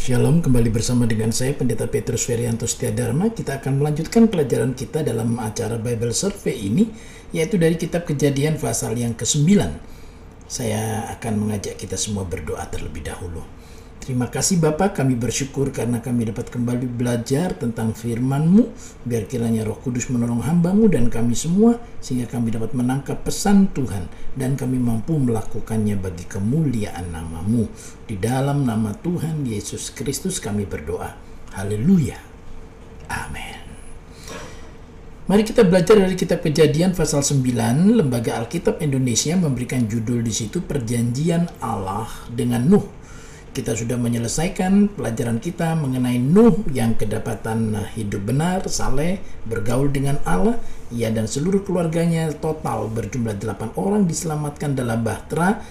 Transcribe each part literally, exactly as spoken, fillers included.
Shalom, kembali bersama dengan saya Pendeta Petrus Ferianto Setiadharma. Kita akan melanjutkan pelajaran kita dalam acara Bible Survey ini, yaitu dari kitab Kejadian pasal yang kesembilan. Saya akan mengajak kita semua berdoa terlebih dahulu. Terima kasih Bapa, kami bersyukur karena kami dapat kembali belajar tentang firman-Mu. Biar kiranya Roh Kudus menolong hamba-Mu dan kami semua, sehingga kami dapat menangkap pesan Tuhan dan kami mampu melakukannya bagi kemuliaan nama-Mu. Di dalam nama Tuhan Yesus Kristus kami berdoa. Haleluya. Amin. Mari kita belajar dari kitab Kejadian pasal sembilan. Lembaga Alkitab Indonesia memberikan judul di situ Perjanjian Allah dengan Nuh. Kita sudah menyelesaikan pelajaran kita mengenai Nuh yang kedapatan hidup benar, saleh, bergaul dengan Allah. Ia dan seluruh keluarganya total berjumlah delapan orang diselamatkan dalam bahtera,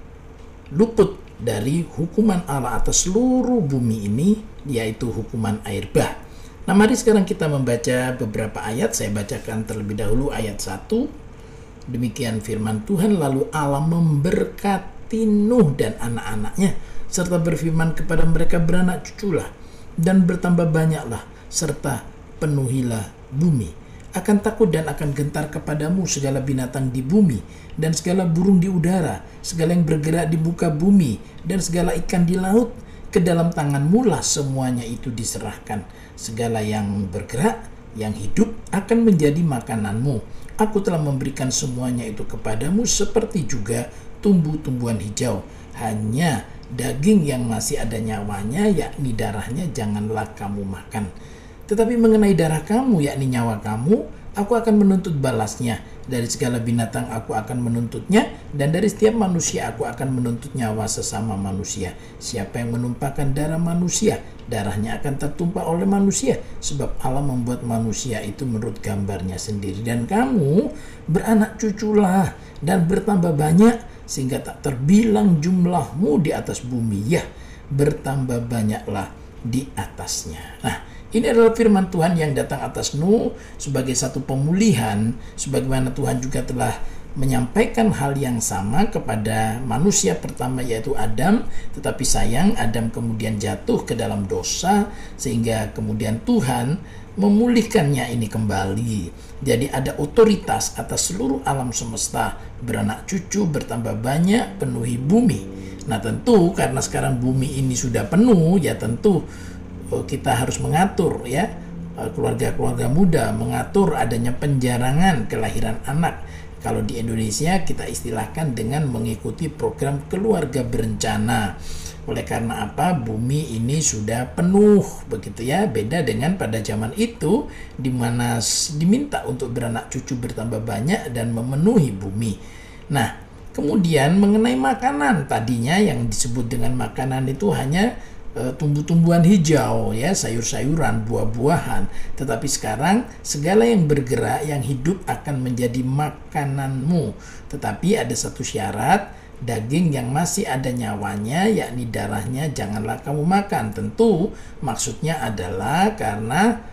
luput dari hukuman Allah atas seluruh bumi ini, yaitu hukuman air bah. Nah, mari sekarang kita membaca beberapa ayat. Saya bacakan terlebih dahulu ayat satu. Demikian firman Tuhan, lalu Allah memberkati Nuh dan anak-anaknya, serta berfirman kepada mereka, beranak cuculah dan bertambah banyaklah, serta penuhilah bumi. Akan takut dan akan gentar kepadamu segala binatang di bumi, dan segala burung di udara, segala yang bergerak di muka bumi, dan segala ikan di laut. Ke dalam tanganmu lah semuanya itu diserahkan. Segala yang bergerak, yang hidup akan menjadi makananmu. Aku telah memberikan semuanya itu kepadamu, seperti juga tumbuh-tumbuhan hijau. Hanya daging yang masih ada nyawanya, yakni darahnya, janganlah kamu makan. Tetapi mengenai darah kamu, yakni nyawa kamu, aku akan menuntut balasnya. Dari segala binatang aku akan menuntutnya, dan dari setiap manusia aku akan menuntut nyawa sesama manusia. Siapa yang menumpahkan darah manusia, darahnya akan tertumpah oleh manusia, sebab Allah membuat manusia itu menurut gambarnya sendiri. Dan kamu beranak cuculah dan bertambah banyak, sehingga tak terbilang jumlahmu di atas bumi, ya bertambah banyaklah di atasnya. Nah, ini adalah firman Tuhan yang datang atas Nuh sebagai satu pemulihan, sebagaimana Tuhan juga telah menyampaikan hal yang sama kepada manusia pertama, yaitu Adam. Tetapi sayang, Adam kemudian jatuh ke dalam dosa, sehingga kemudian Tuhan memulihkannya ini kembali. Jadi ada otoritas atas seluruh alam semesta, beranak cucu, bertambah banyak, penuhi bumi. Nah, tentu karena sekarang bumi ini sudah penuh, ya tentu kita harus mengatur, ya, keluarga-keluarga muda mengatur adanya penjarangan kelahiran anak. Kalau di Indonesia kita istilahkan dengan mengikuti program keluarga berencana. Oleh karena apa? Bumi ini sudah penuh, begitu ya. Beda dengan pada zaman itu, di mana diminta untuk beranak cucu bertambah banyak dan memenuhi bumi. Nah, kemudian mengenai makanan, tadinya yang disebut dengan makanan itu hanya e, tumbuh-tumbuhan hijau, ya, sayur-sayuran, buah-buahan. Tetapi sekarang segala yang bergerak, yang hidup akan menjadi makananmu. Tetapi ada satu syarat, daging yang masih ada nyawanya, yakni darahnya, janganlah kamu makan. Tentu maksudnya adalah karena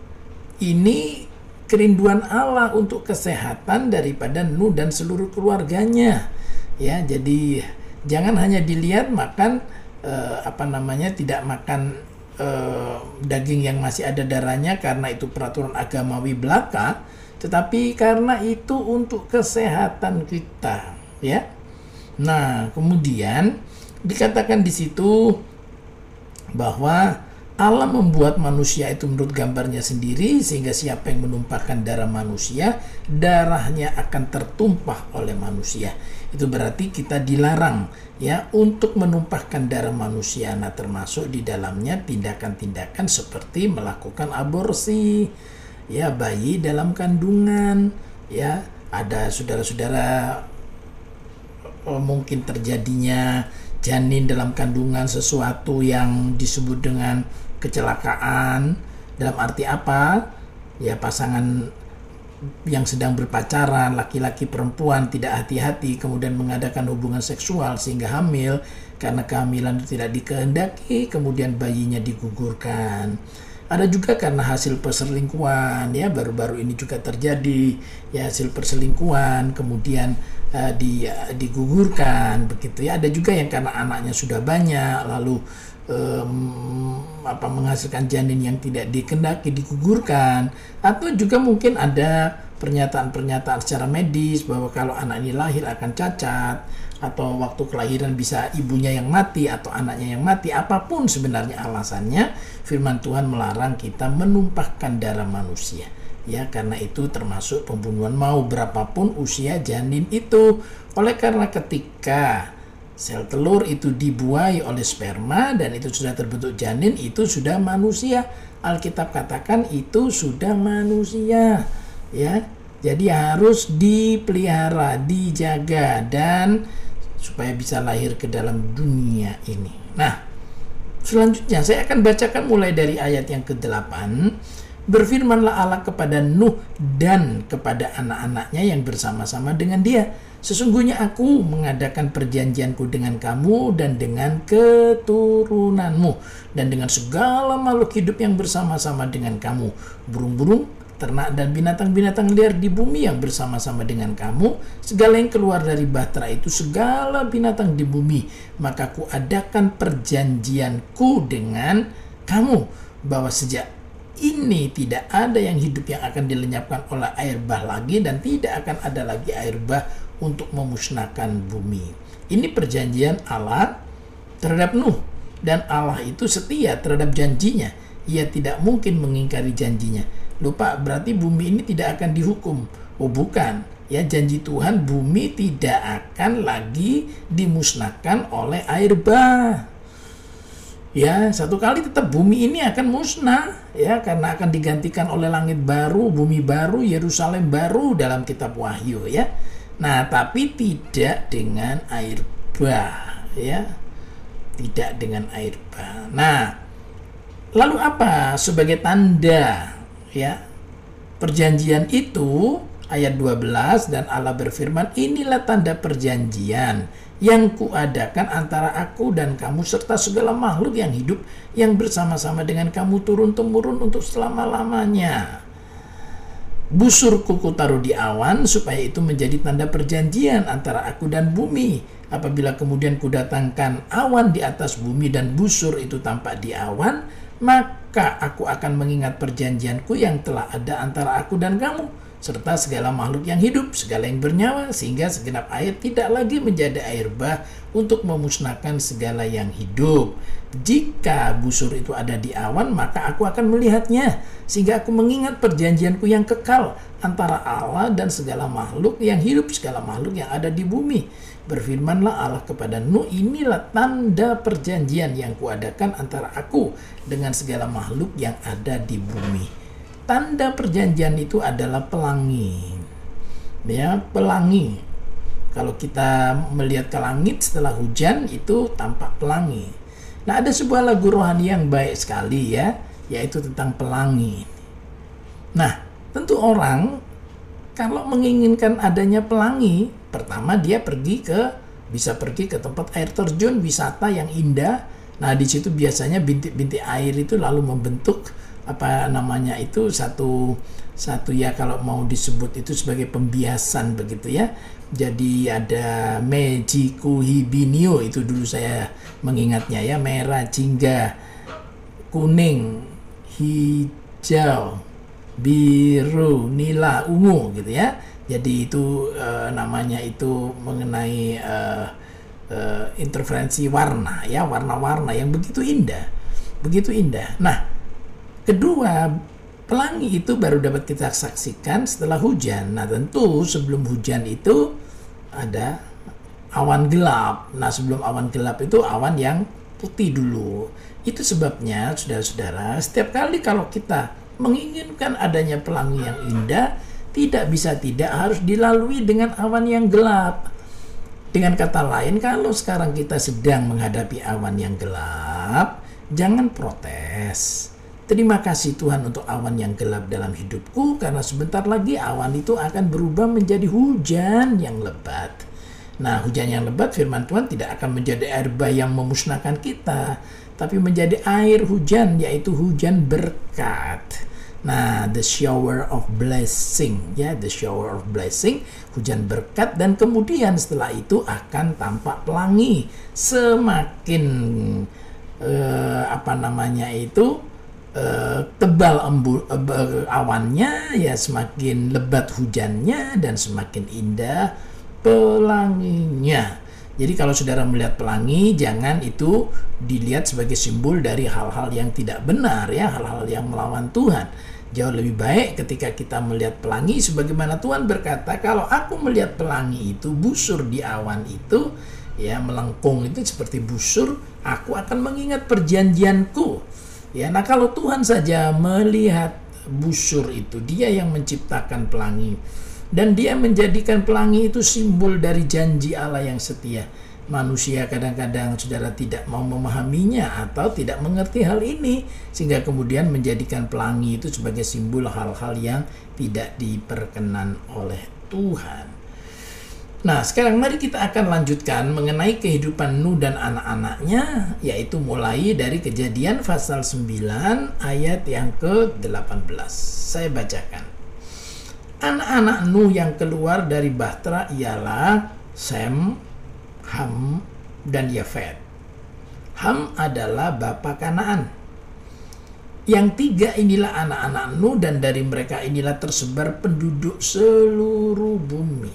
ini kerinduan Allah untuk kesehatan daripada Nuh dan seluruh keluarganya. Ya, jadi jangan hanya dilihat makan eh, apa namanya tidak makan eh, daging yang masih ada darahnya karena itu peraturan agamawi belaka, tetapi karena itu untuk kesehatan kita, ya. Nah, kemudian dikatakan di situ bahwa Allah membuat manusia itu menurut gambarnya sendiri, sehingga siapa yang menumpahkan darah manusia, darahnya akan tertumpah oleh manusia. Itu berarti kita dilarang, ya, untuk menumpahkan darah manusia. Nah, termasuk di dalamnya tindakan-tindakan seperti melakukan aborsi, ya, bayi dalam kandungan, ya, ada saudara-saudara mungkin terjadinya janin dalam kandungan, sesuatu yang disebut dengan kecelakaan. Dalam arti apa? Ya, pasangan yang sedang berpacaran, laki-laki perempuan tidak hati-hati kemudian mengadakan hubungan seksual sehingga hamil. Karena kehamilan itu tidak dikehendaki, kemudian bayinya digugurkan. Ada juga karena hasil perselingkuhan, ya, baru-baru ini juga terjadi, ya, hasil perselingkuhan kemudian uh, di, uh, digugurkan, begitu ya. Ada juga yang karena anaknya sudah banyak lalu um, apa menghasilkan janin yang tidak dikehendaki digugurkan, atau juga mungkin ada pernyataan-pernyataan secara medis bahwa kalau anak ini lahir akan cacat, atau waktu kelahiran bisa ibunya yang mati atau anaknya yang mati. Apapun sebenarnya alasannya, firman Tuhan melarang kita menumpahkan darah manusia, ya, karena itu termasuk pembunuhan, mau berapapun usia janin itu. Oleh karena ketika sel telur itu dibuai oleh sperma dan itu sudah terbentuk janin, itu sudah manusia. Alkitab katakan itu sudah manusia, ya. Jadi harus dipelihara, dijaga, dan supaya bisa lahir ke dalam dunia ini. Nah, selanjutnya saya akan bacakan mulai dari ayat yang kedelapan. Berfirmanlah Allah kepada Nuh dan kepada anak-anaknya yang bersama-sama dengan dia. Sesungguhnya aku mengadakan perjanjianku dengan kamu dan dengan keturunanmu dan dengan segala makhluk hidup yang bersama-sama dengan kamu. Burung-burung, ternak dan binatang-binatang liar di bumi yang bersama-sama dengan kamu, segala yang keluar dari bahtera itu, segala binatang di bumi. Maka ku adakan perjanjianku dengan kamu, bahwa sejak ini tidak ada yang hidup yang akan dilenyapkan oleh air bah lagi, dan tidak akan ada lagi air bah untuk memusnahkan bumi. Ini perjanjian Allah terhadap Nuh, dan Allah itu setia terhadap janjinya. Ia tidak mungkin mengingkari janjinya. Lupa, berarti bumi ini tidak akan dihukum. Oh bukan, ya, janji Tuhan bumi tidak akan lagi dimusnahkan oleh air bah. Ya, satu kali tetap bumi ini akan musnah, ya, karena akan digantikan oleh langit baru, bumi baru, Yerusalem baru dalam kitab Wahyu, ya. Nah, tapi tidak dengan air bah, ya. Tidak dengan air bah. Nah, lalu apa sebagai tanda, ya, perjanjian itu? Ayat dua belas, dan Allah berfirman, inilah tanda perjanjian yang kuadakan antara aku dan kamu serta segala makhluk yang hidup yang bersama-sama dengan kamu turun-temurun untuk selama-lamanya. Busurku kutaruh di awan supaya itu menjadi tanda perjanjian antara aku dan bumi. Apabila kemudian kudatangkan awan di atas bumi dan busur itu tampak di awan, maka aku akan mengingat perjanjianku yang telah ada antara aku dan kamu serta segala makhluk yang hidup, segala yang bernyawa, sehingga segenap air tidak lagi menjadi air bah untuk memusnahkan segala yang hidup. Jika busur itu ada di awan, maka aku akan melihatnya, sehingga aku mengingat perjanjianku yang kekal antara Allah dan segala makhluk yang hidup, segala makhluk yang ada di bumi. Berfirmanlah Allah kepada Nuh, inilah tanda perjanjian yang kuadakan antara aku dengan segala makhluk yang ada di bumi. Tanda perjanjian itu adalah pelangi, ya, pelangi. Kalau kita melihat ke langit setelah hujan itu tampak pelangi. Nah, ada sebuah lagu rohani yang baik sekali, ya, yaitu tentang pelangi. Nah, tentu orang kalau menginginkan adanya pelangi, pertama dia pergi ke bisa pergi ke tempat air terjun, wisata yang indah. Nah, di situ biasanya bintik-bintik air itu lalu membentuk apa namanya itu satu satu ya, kalau mau disebut itu sebagai pembiasan begitu, ya. Jadi ada Mejiku Hibinio, itu dulu saya mengingatnya, ya, merah, jingga, kuning, hijau, biru, nila, ungu gitu, ya. Jadi itu uh, namanya itu mengenai uh, uh, interferensi warna, ya, warna-warna yang begitu indah, begitu indah. Nah, kedua, pelangi itu baru dapat kita saksikan setelah hujan. Nah, tentu sebelum hujan itu ada awan gelap. Nah, sebelum awan gelap itu awan yang putih dulu. Itu sebabnya, saudara-saudara, setiap kali kalau kita menginginkan adanya pelangi yang indah, tidak bisa tidak harus dilalui dengan awan yang gelap. Dengan kata lain, kalau sekarang kita sedang menghadapi awan yang gelap, jangan protes. Terima kasih Tuhan untuk awan yang gelap dalam hidupku, karena sebentar lagi awan itu akan berubah menjadi hujan yang lebat. Nah, hujan yang lebat, firman Tuhan, tidak akan menjadi air bah yang memusnahkan kita, tapi menjadi air hujan, yaitu hujan berkat. Nah, the shower of blessing, ya, the shower of blessing, hujan berkat, dan kemudian setelah itu akan tampak pelangi. Semakin eh, apa namanya itu eh, tebal embu, eh, awannya, ya semakin lebat hujannya dan semakin indah pelanginya. Jadi kalau saudara melihat pelangi, jangan itu dilihat sebagai simbol dari hal-hal yang tidak benar, ya, hal-hal yang melawan Tuhan. Jauh lebih baik ketika kita melihat pelangi sebagaimana Tuhan berkata, kalau aku melihat pelangi itu busur di awan itu, ya, melengkung itu seperti busur, aku akan mengingat perjanjianku. Ya, nah kalau Tuhan saja melihat busur itu, Dia yang menciptakan pelangi, dan Dia menjadikan pelangi itu simbol dari janji Allah yang setia. Manusia kadang-kadang saudara tidak mau memahaminya atau tidak mengerti hal ini, sehingga kemudian menjadikan pelangi itu sebagai simbol hal-hal yang tidak diperkenan oleh Tuhan. Nah, sekarang mari kita akan lanjutkan mengenai kehidupan Nuh dan anak-anaknya, yaitu mulai dari Kejadian pasal sembilan ayat yang ke delapan belas. Saya bacakan. Anak-anak Nuh yang keluar dari bahtera ialah Sem, Ham, dan Yafet. Ham adalah bapa Kanaan. Yang tiga inilah anak-anak Nuh, dan dari mereka inilah tersebar penduduk seluruh bumi.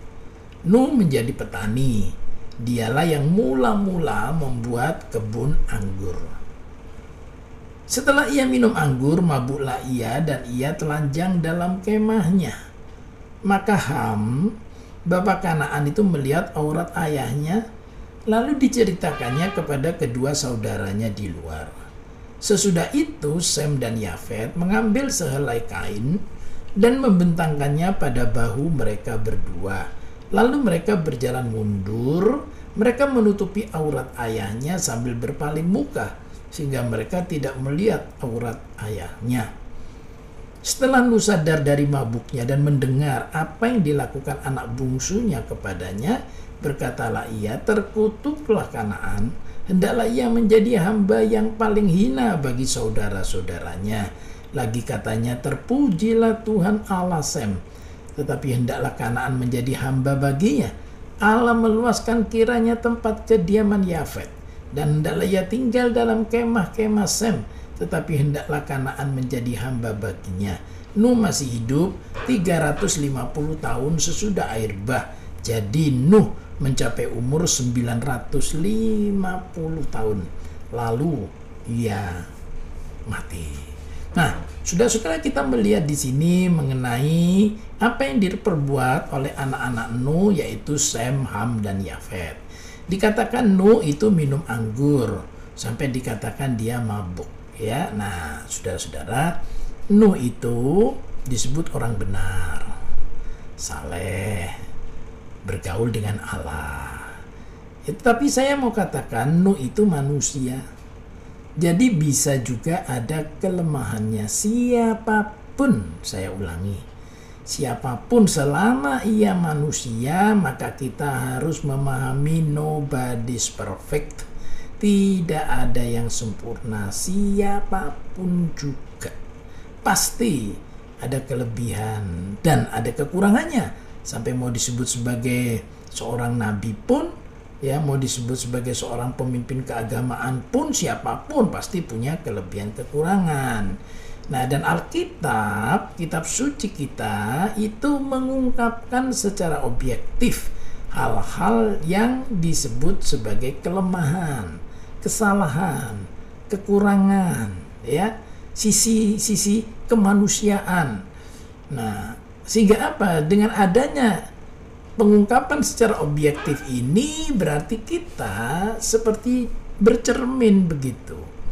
Nuh menjadi petani. Dialah yang mula-mula membuat kebun anggur. Setelah ia minum anggur, mabuklah ia dan ia telanjang dalam kemahnya. Maka Ham, bapa Kanaan itu melihat aurat ayahnya, lalu diceritakannya kepada kedua saudaranya di luar. Sesudah itu Sem dan Yafet mengambil sehelai kain dan membentangkannya pada bahu mereka berdua. Lalu mereka berjalan mundur, mereka menutupi aurat ayahnya sambil berpaling muka, sehingga mereka tidak melihat aurat ayahnya. Setelah Nuh sadar dari mabuknya dan mendengar apa yang dilakukan anak bungsunya kepadanya, berkatalah ia, terkutuklah Kanaan, hendaklah ia menjadi hamba yang paling hina bagi saudara-saudaranya. Lagi katanya, terpujilah Tuhan Allah Sem, tetapi hendaklah Kanaan menjadi hamba baginya. Allah meluaskan kiranya tempat kediaman Yafet, dan hendaklah ia tinggal dalam kemah-kemah Sem, tetapi hendaklah Kanaan menjadi hamba baginya. Nuh masih hidup tiga ratus lima puluh tahun sesudah air bah. Jadi Nuh mencapai umur sembilan ratus lima puluh tahun. Lalu ia mati. Nah, saudara-saudara, kita melihat di sini mengenai apa yang diperbuat oleh anak-anak Nuh, yaitu Sem, Ham, dan Yafet. Dikatakan Nuh itu minum anggur sampai dikatakan dia mabuk. Ya, nah, saudara-saudara, Nuh itu disebut orang benar, saleh, bergaul dengan Allah. Ya, tapi saya mau katakan Nuh itu manusia. Jadi bisa juga ada kelemahannya. Siapapun, saya ulangi, siapapun selama ia manusia, maka kita harus memahami nobody's perfect. Tidak ada yang sempurna, siapapun juga. Pasti ada kelebihan dan ada kekurangannya. Sampai mau disebut sebagai seorang nabi pun, ya, mau disebut sebagai seorang pemimpin keagamaan pun, siapapun pasti punya kelebihan kekurangan. Nah, dan Alkitab, kitab suci kita itu mengungkapkan secara objektif hal-hal yang disebut sebagai kelemahan, kesalahan, kekurangan, ya, sisi-sisi kemanusiaan. Nah, sehingga apa? Dengan adanya pengungkapan secara objektif ini berarti kita seperti bercermin begitu.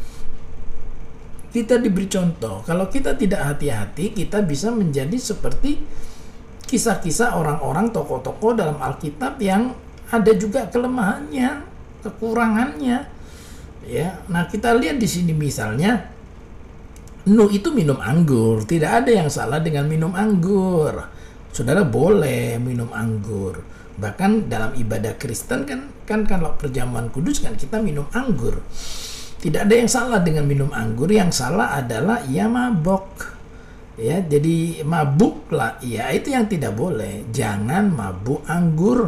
Kita diberi contoh, kalau kita tidak hati-hati, kita bisa menjadi seperti kisah-kisah orang-orang tokoh-tokoh dalam Alkitab yang ada juga kelemahannya, kekurangannya. Ya, nah kita lihat di sini misalnya Nuh itu minum anggur, tidak ada yang salah dengan minum anggur. Saudara boleh minum anggur. Bahkan dalam ibadah Kristen kan kan kalau perjamuan kudus kan kita minum anggur. Tidak ada yang salah dengan minum anggur, yang salah adalah ia mabok. Ya, jadi mabuklah, ya itu yang tidak boleh. Jangan mabuk anggur,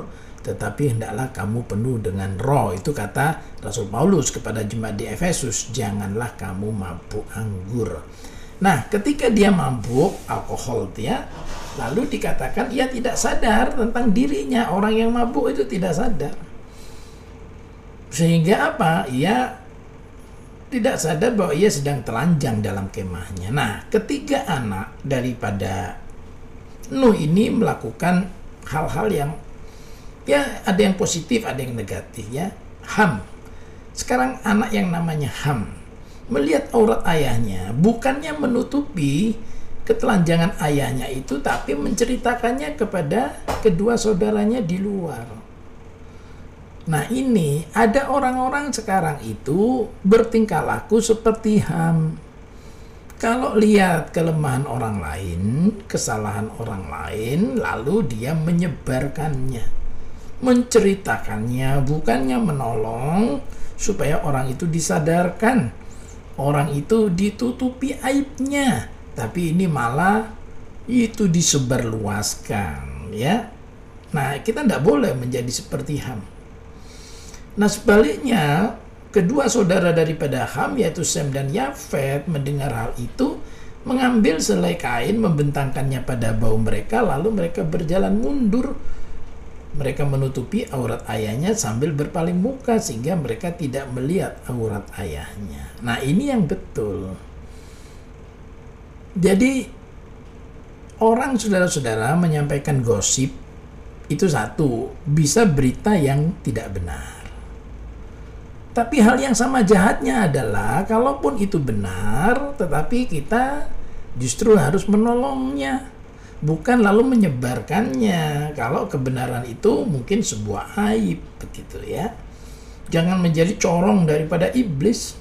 tetapi hendaklah kamu penuh dengan roh. Itu kata Rasul Paulus kepada jemaat di Efesus, janganlah kamu mabuk anggur. Nah, ketika dia mabuk alkohol dia, lalu dikatakan ia tidak sadar tentang dirinya. Orang yang mabuk itu tidak sadar. Sehingga apa? Ia tidak sadar bahwa ia sedang telanjang dalam kemahnya. Nah, ketiga anak daripada Nuh ini melakukan hal-hal yang ya ada yang positif, ada yang negatif ya. Ham. Sekarang anak yang namanya Ham melihat aurat ayahnya, bukannya menutupi ketelanjangan ayahnya itu, tapi menceritakannya kepada kedua saudaranya di luar. Nah, ini ada orang-orang sekarang itu bertingkah laku seperti Ham. Kalau lihat kelemahan orang lain, kesalahan orang lain, lalu dia menyebarkannya, menceritakannya, bukannya menolong supaya orang itu disadarkan, orang itu ditutupi aibnya, tapi ini malah itu disebarluaskan, ya. Nah, kita tidak boleh menjadi seperti Ham. Nah, sebaliknya kedua saudara daripada Ham, yaitu Sem dan Yafet, mendengar hal itu, mengambil selai kain, membentangkannya pada bahu mereka, lalu mereka berjalan mundur. Mereka menutupi aurat ayahnya sambil berpaling muka, sehingga mereka tidak melihat aurat ayahnya. Nah, ini yang betul. Jadi, orang saudara-saudara menyampaikan gosip, itu satu, bisa berita yang tidak benar. Tapi hal yang sama jahatnya adalah, kalaupun itu benar, tetapi kita justru harus menolongnya, bukan lalu menyebarkannya. Kalau kebenaran itu mungkin sebuah aib, begitu ya. Jangan menjadi corong daripada iblis.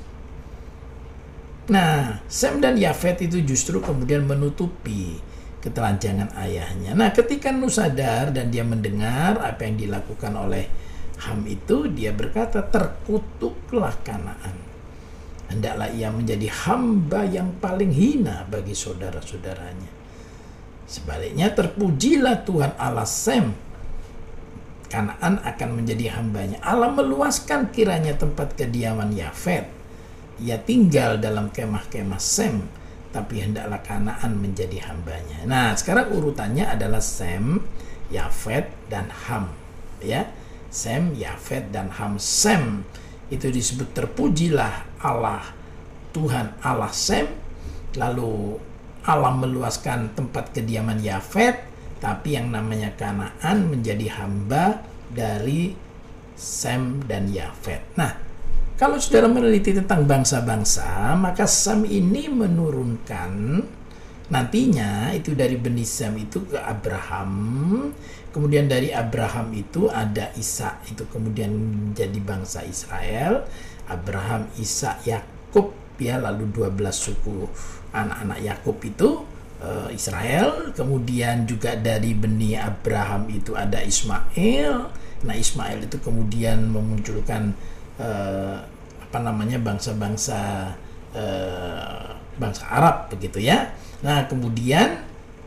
Nah, Sem dan Yafet itu justru kemudian menutupi ketelanjangan ayahnya. Nah, ketika Nuh sadar dan dia mendengar apa yang dilakukan oleh Ham itu, dia berkata, terkutuklah Kanaan. Hendaklah ia menjadi hamba yang paling hina bagi saudara-saudaranya. Sebaliknya, terpujilah Tuhan Allah Sem. Kanaan akan menjadi hambanya. Allah meluaskan kiranya tempat kediaman Yafet. Ia tinggal dalam kemah-kemah Sem, tapi hendaklah Kanaan menjadi hambanya. Nah, sekarang urutannya adalah Sem, Yafet, dan Ham. Ya, Sem, Yafet, dan Ham. Sem itu disebut terpujilah Allah, Tuhan Allah Sem. Lalu Allah meluaskan tempat kediaman Yafet, tapi yang namanya Kanaan menjadi hamba dari Sem dan Yafet. Nah, kalau saudara meneliti tentang bangsa-bangsa, maka Sem ini menurunkan nantinya itu dari benih Sem itu ke Abraham, kemudian dari Abraham itu ada Ishak, itu kemudian menjadi bangsa Israel. Abraham, Ishak, Yakub, ya, lalu dua belas suku anak-anak Yakub itu uh, Israel. Kemudian juga dari benih Abraham itu ada Ismail. Nah, Ismail itu kemudian memunculkan uh, apa namanya bangsa-bangsa uh, bangsa Arab, begitu ya. Nah, kemudian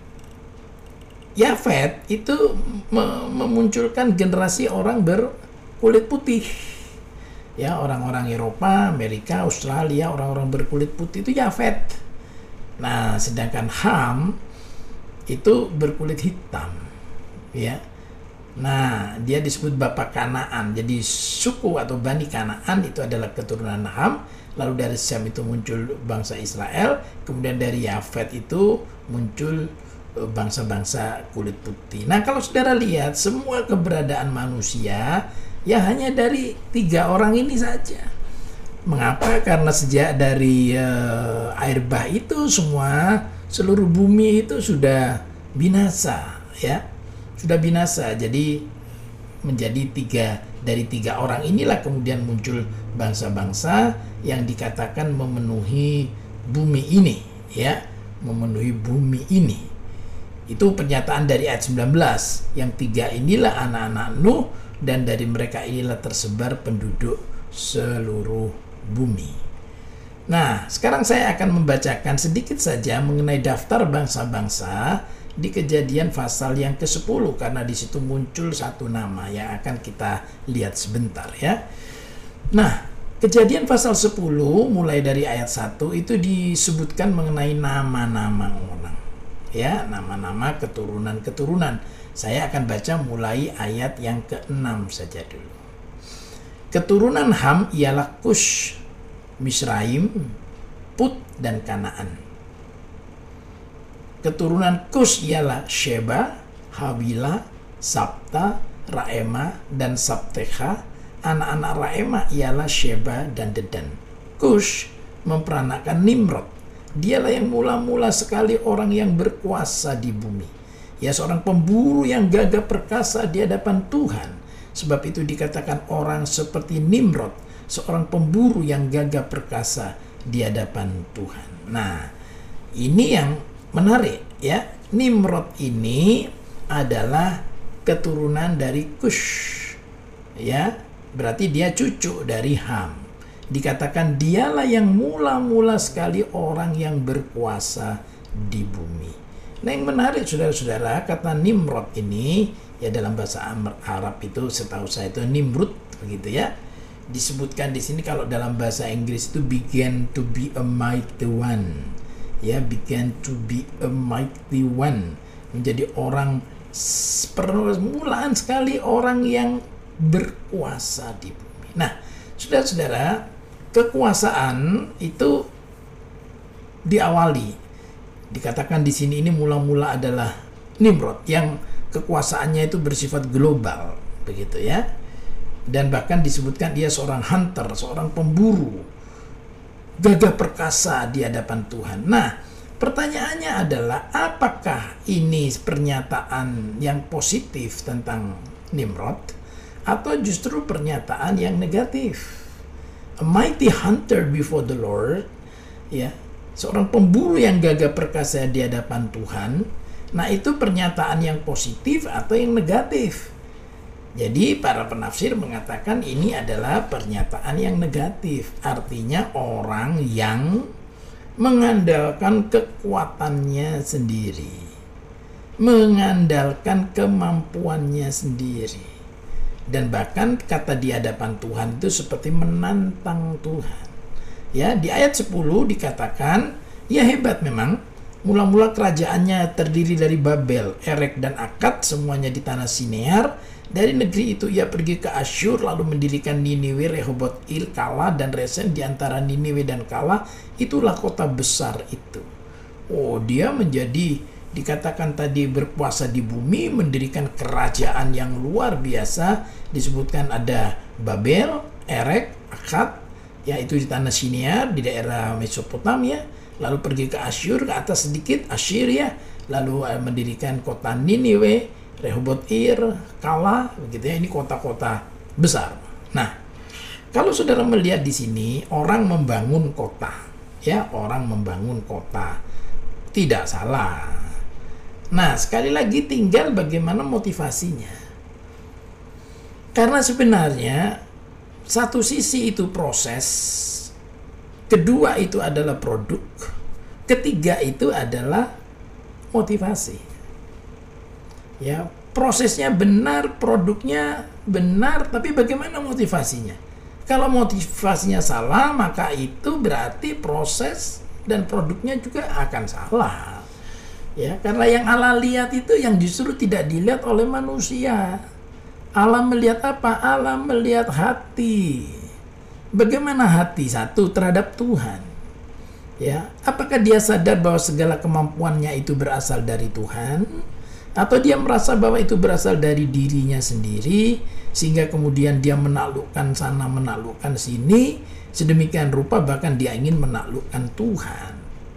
Yafet itu memunculkan generasi orang berkulit putih. Ya, orang-orang Eropa, Amerika, Australia, orang-orang berkulit putih itu Yafet. Nah, sedangkan Ham itu berkulit hitam. Ya. Nah, dia disebut bapak Kanaan. Jadi suku atau Bani Kanaan itu adalah keturunan Ham. Lalu dari Sem itu muncul bangsa Israel, kemudian dari Yafet itu muncul bangsa-bangsa kulit putih. Nah, kalau saudara lihat semua keberadaan manusia ya hanya dari tiga orang ini saja. Mengapa? Karena sejak dari uh, air bah itu semua seluruh bumi itu sudah binasa, ya, sudah binasa. Jadi menjadi tiga dari tiga orang inilah kemudian muncul bangsa-bangsa yang dikatakan memenuhi bumi ini, ya, memenuhi bumi ini. Itu pernyataan dari ayat sembilan belas. Yang tiga inilah anak-anak Nuh, dan dari mereka inilah tersebar penduduk seluruh bumi. Nah, sekarang saya akan membacakan sedikit saja mengenai daftar bangsa-bangsa di Kejadian pasal yang kesepuluh, karena di situ muncul satu nama yang akan kita lihat sebentar ya. Nah, Kejadian pasal sepuluh mulai dari ayat satu itu disebutkan mengenai nama-nama orang. Ya, nama-nama keturunan-keturunan. Saya akan baca mulai ayat yang keenam saja dulu. Keturunan Ham ialah Kush, Misraim, Put, dan Kanaan. Keturunan Kush ialah Sheba, Hawila, Sabta, Raema, dan Sabteha. Anak-anak Raema ialah Sheba dan Dedan. Kush memperanakan Nimrod. Dialah yang mula-mula sekali orang yang berkuasa di bumi. Ya, seorang pemburu yang gagah perkasa di hadapan Tuhan. Sebab itu dikatakan orang seperti Nimrod, seorang pemburu yang gagah perkasa di hadapan Tuhan. Nah, ini yang menarik ya. Nimrod ini adalah keturunan dari Kush. Ya, berarti dia cucu dari Ham. Dikatakan dialah yang mula-mula sekali orang yang berkuasa di bumi. Nah, yang menarik saudara-saudara, kata Nimrod ini ya dalam bahasa Arab itu setahu saya itu Nimrud begitu ya. Disebutkan di sini kalau dalam bahasa Inggris itu began to be a mighty one. Ya, began to be a mighty one, menjadi orang permulaan sekali orang yang berkuasa di bumi. Nah, saudara-saudara, kekuasaan itu diawali, dikatakan di sini ini mula-mula adalah Nimrod yang kekuasaannya itu bersifat global, begitu ya. Dan bahkan disebutkan dia seorang hunter, seorang pemburu, gagah perkasa di hadapan Tuhan. Nah, pertanyaannya adalah apakah ini pernyataan yang positif tentang Nimrod atau justru pernyataan yang negatif? A mighty hunter before the Lord, ya, seorang pemburu yang gagah perkasa di hadapan Tuhan. Nah, itu pernyataan yang positif atau yang negatif? Jadi para penafsir mengatakan ini adalah pernyataan yang negatif. Artinya orang yang mengandalkan kekuatannya sendiri, mengandalkan kemampuannya sendiri, dan bahkan kata di hadapan Tuhan itu seperti menantang Tuhan. Ya, di ayat sepuluh dikatakan, ya hebat memang, mula-mula kerajaannya terdiri dari Babel, Erek, dan Akad, semuanya di tanah Sinear. Dari negeri itu ia pergi ke Asyur, lalu mendirikan Niniwe, Rehobot, Il, Kala, dan Resen. Di antara Niniwe dan Kala, itulah kota besar itu. Oh, dia menjadi, dikatakan tadi, berkuasa di bumi, mendirikan kerajaan yang luar biasa. Disebutkan ada Babel, Erek, Akad, yaitu di tanah Sinear, di daerah Mesopotamia. Lalu pergi ke Asyur, ke atas sedikit, Assyria. Lalu eh, mendirikan kota Niniwe, Rehobot Ir, Kala, begitu ya. Ini kota-kota besar. Nah, kalau saudara melihat di sini orang membangun kota, ya, orang membangun kota tidak salah. Nah, sekali lagi tinggal bagaimana motivasinya. Karena sebenarnya satu sisi itu proses, kedua itu adalah produk, ketiga itu adalah motivasi. Ya, prosesnya benar, produknya benar, tapi bagaimana motivasinya? Kalau motivasinya salah, maka itu berarti proses dan produknya juga akan salah. Ya, karena yang Allah lihat itu yang justru tidak dilihat oleh manusia. Allah melihat apa? Allah melihat hati. Bagaimana hati satu terhadap Tuhan? Ya, apakah dia sadar bahwa segala kemampuannya itu berasal dari Tuhan? Atau dia merasa bahwa itu berasal dari dirinya sendiri, sehingga kemudian dia menaklukkan sana, menaklukkan sini, sedemikian rupa bahkan dia ingin menaklukkan Tuhan.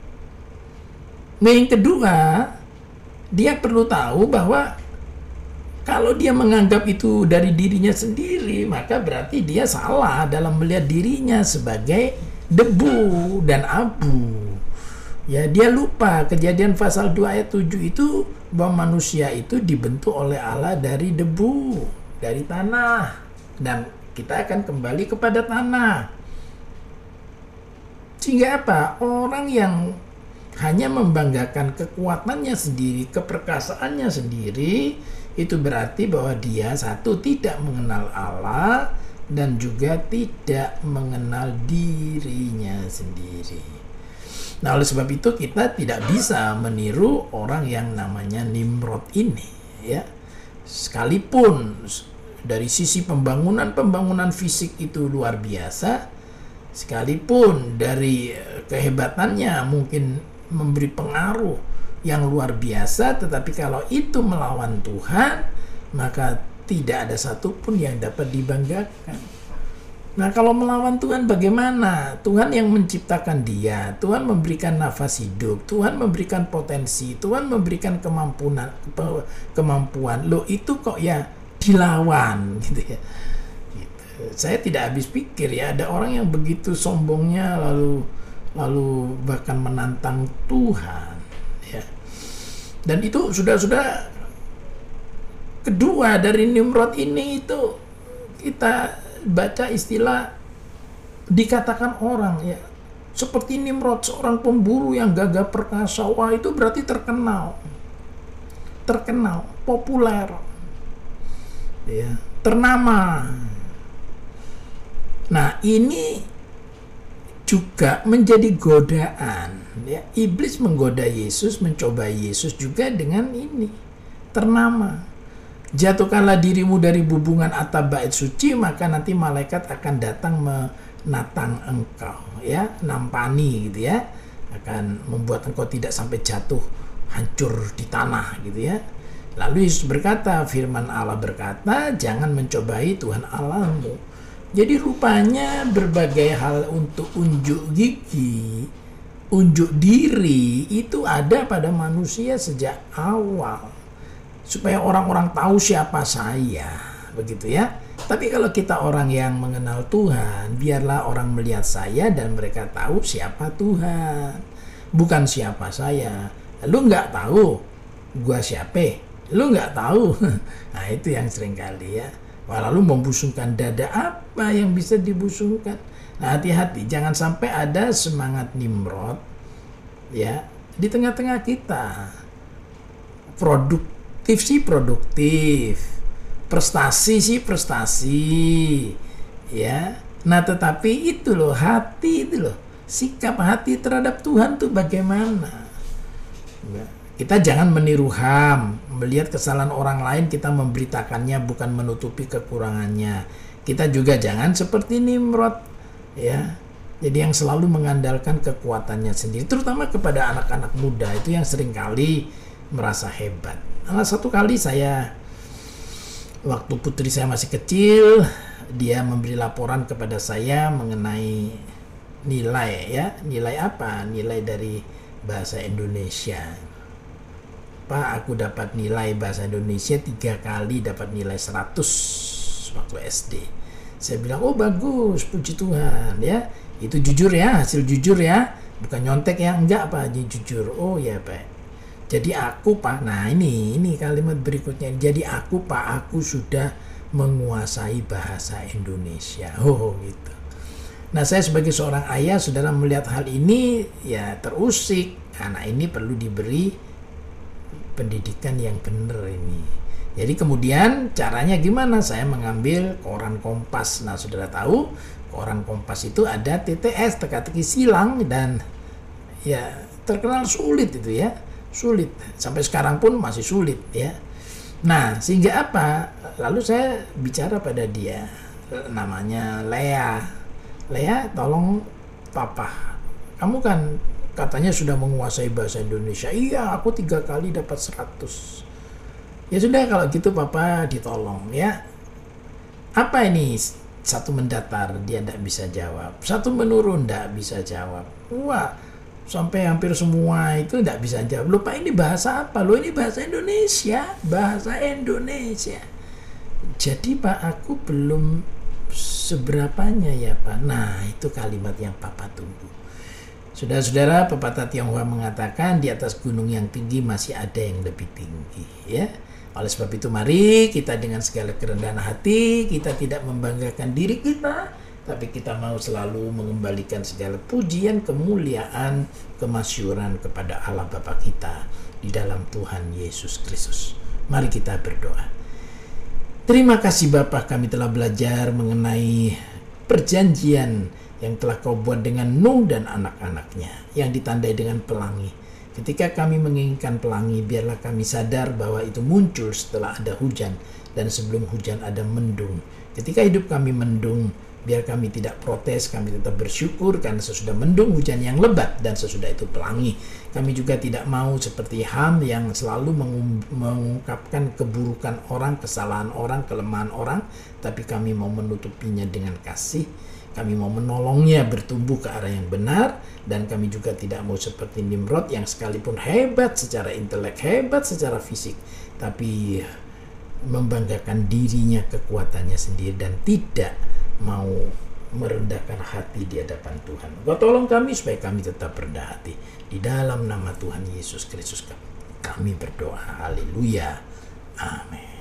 Nah, yang kedua, dia perlu tahu bahwa kalau dia menganggap itu dari dirinya sendiri, maka berarti dia salah dalam melihat dirinya sebagai debu dan abu. Ya, dia lupa Kejadian pasal dua ayat tujuh itu bahwa manusia itu dibentuk oleh Allah dari debu, dari tanah, dan kita akan kembali kepada tanah. Sehingga apa? Orang yang hanya membanggakan kekuatannya sendiri, keperkasaannya sendiri, itu berarti bahwa dia satu tidak mengenal Allah dan juga tidak mengenal dirinya sendiri. Nah, oleh sebab itu kita tidak bisa meniru orang yang namanya Nimrod ini, ya. Sekalipun dari sisi pembangunan-pembangunan fisik itu luar biasa, sekalipun dari kehebatannya mungkin memberi pengaruh yang luar biasa, tetapi kalau itu melawan Tuhan, maka tidak ada satupun yang dapat dibanggakan. Nah, kalau melawan Tuhan bagaimana? Tuhan yang menciptakan dia, Tuhan memberikan nafas hidup, Tuhan memberikan potensi, Tuhan memberikan kemampuan, kemampuan. Loh, itu kok ya dilawan gitu ya. Gitu. Saya tidak habis pikir ya, ada orang yang begitu sombongnya lalu lalu bahkan menantang Tuhan, ya. Dan itu sudah-sudah kedua dari Nimrod ini, itu kita baca istilah, dikatakan orang ya seperti Nimrod, seorang pemburu yang gagah perkasa. Wah, itu berarti terkenal, terkenal, populer, ya, ternama. Nah, ini juga menjadi godaan, ya. Iblis menggoda Yesus, mencoba Yesus juga dengan ini, ternama. Jatuhkanlah dirimu dari bubungan atap bait suci, maka nanti malaikat akan datang menatang engkau, ya, nampani gitu ya, akan membuat engkau tidak sampai jatuh hancur di tanah gitu ya. Lalu Yesus berkata, firman Allah berkata, jangan mencobai Tuhan Allahmu. Jadi rupanya berbagai hal untuk unjuk gigi, unjuk diri itu ada pada manusia sejak awal. Supaya orang-orang tahu siapa saya, begitu ya. Tapi kalau kita orang yang mengenal Tuhan, biarlah orang melihat saya dan mereka tahu siapa Tuhan, bukan siapa saya. Lu nggak tahu gua siapa, lu nggak tahu. Nah, itu yang sering kali ya. Wah, lalu membusungkan dada, apa yang bisa dibusungkan? Nah, hati-hati, jangan sampai ada semangat Nimrod ya di tengah-tengah kita. Produktif sih produktif, prestasi sih prestasi, ya. Nah, tetapi itu loh, hati itu loh, sikap hati terhadap Tuhan tuh bagaimana? Kita jangan meniru Ham, melihat kesalahan orang lain kita memberitakannya, bukan menutupi kekurangannya. Kita juga jangan seperti Nimrod, ya. Jadi yang selalu mengandalkan kekuatannya sendiri, terutama kepada anak-anak muda itu yang seringkali merasa hebat. Nah, satu kali saya, waktu putri saya masih kecil, dia memberi laporan kepada saya mengenai nilai, ya, nilai apa? Nilai dari bahasa Indonesia. Pak, aku dapat nilai bahasa Indonesia tiga kali dapat nilai seratus waktu S D. Saya bilang, oh bagus, puji Tuhan ya. Itu jujur ya, hasil jujur ya, bukan nyontek ya, enggak Pak, jadi jujur. Oh ya Pak. Jadi aku Pak, nah ini ini kalimat berikutnya. Jadi aku Pak, aku sudah menguasai bahasa Indonesia. Oh gitu. Nah, saya sebagai seorang ayah, saudara melihat hal ini ya terusik. Anak ini perlu diberi pendidikan yang benar ini. Jadi kemudian caranya gimana? Saya mengambil koran Kompas. Nah, saudara tahu koran Kompas itu ada T T S, teka-teki silang, dan ya terkenal sulit itu ya, sulit. Sampai sekarang pun masih sulit ya. Nah, sehingga apa? Lalu saya bicara pada dia, namanya Lea. Lea, tolong Papa, kamu kan katanya sudah menguasai bahasa Indonesia. Iya, aku tiga kali dapat seratus. Ya sudah, kalau gitu Papa ditolong ya. Apa ini? Satu mendatar, dia tidak bisa jawab. Satu menurun, tidak bisa jawab. Wah, sampai hampir semua itu tidak bisa jawab. Loh Pak, ini bahasa apa? Loh, ini bahasa Indonesia. Bahasa Indonesia. Jadi Pak, aku belum seberapanya ya Pak. Nah, itu kalimat yang Papa tunggu. Saudara-saudara, pepatah Tionghoa mengatakan di atas gunung yang tinggi masih ada yang lebih tinggi, ya. Oleh sebab itu mari kita dengan segala kerendahan hati, kita tidak membanggakan diri kita, tapi kita mau selalu mengembalikan segala pujian, kemuliaan, kemasyuran kepada Allah Bapa kita di dalam Tuhan Yesus Kristus. Mari kita berdoa. Terima kasih Bapa, kami telah belajar mengenai perjanjian yang telah Kau buat dengan Nuh dan anak-anaknya yang ditandai dengan pelangi. Ketika kami menginginkan pelangi, biarlah kami sadar bahwa itu muncul setelah ada hujan dan sebelum hujan ada mendung. Ketika hidup kami mendung, biar kami tidak protes, kami tetap bersyukur karena sesudah mendung hujan yang lebat dan sesudah itu pelangi. Kami juga tidak mau seperti Ham yang selalu mengungkapkan keburukan orang, kesalahan orang, kelemahan orang, tapi kami mau menutupinya dengan kasih. Kami mau menolongnya bertumbuh ke arah yang benar, dan kami juga tidak mau seperti Nimrod yang sekalipun hebat secara intelek, hebat secara fisik, tapi membanggakan dirinya, kekuatannya sendiri, dan tidak mau merendahkan hati di hadapan Tuhan. Kau tolong kami supaya kami tetap rendah hati. Di dalam nama Tuhan Yesus Kristus kami berdoa. Haleluya. Amin.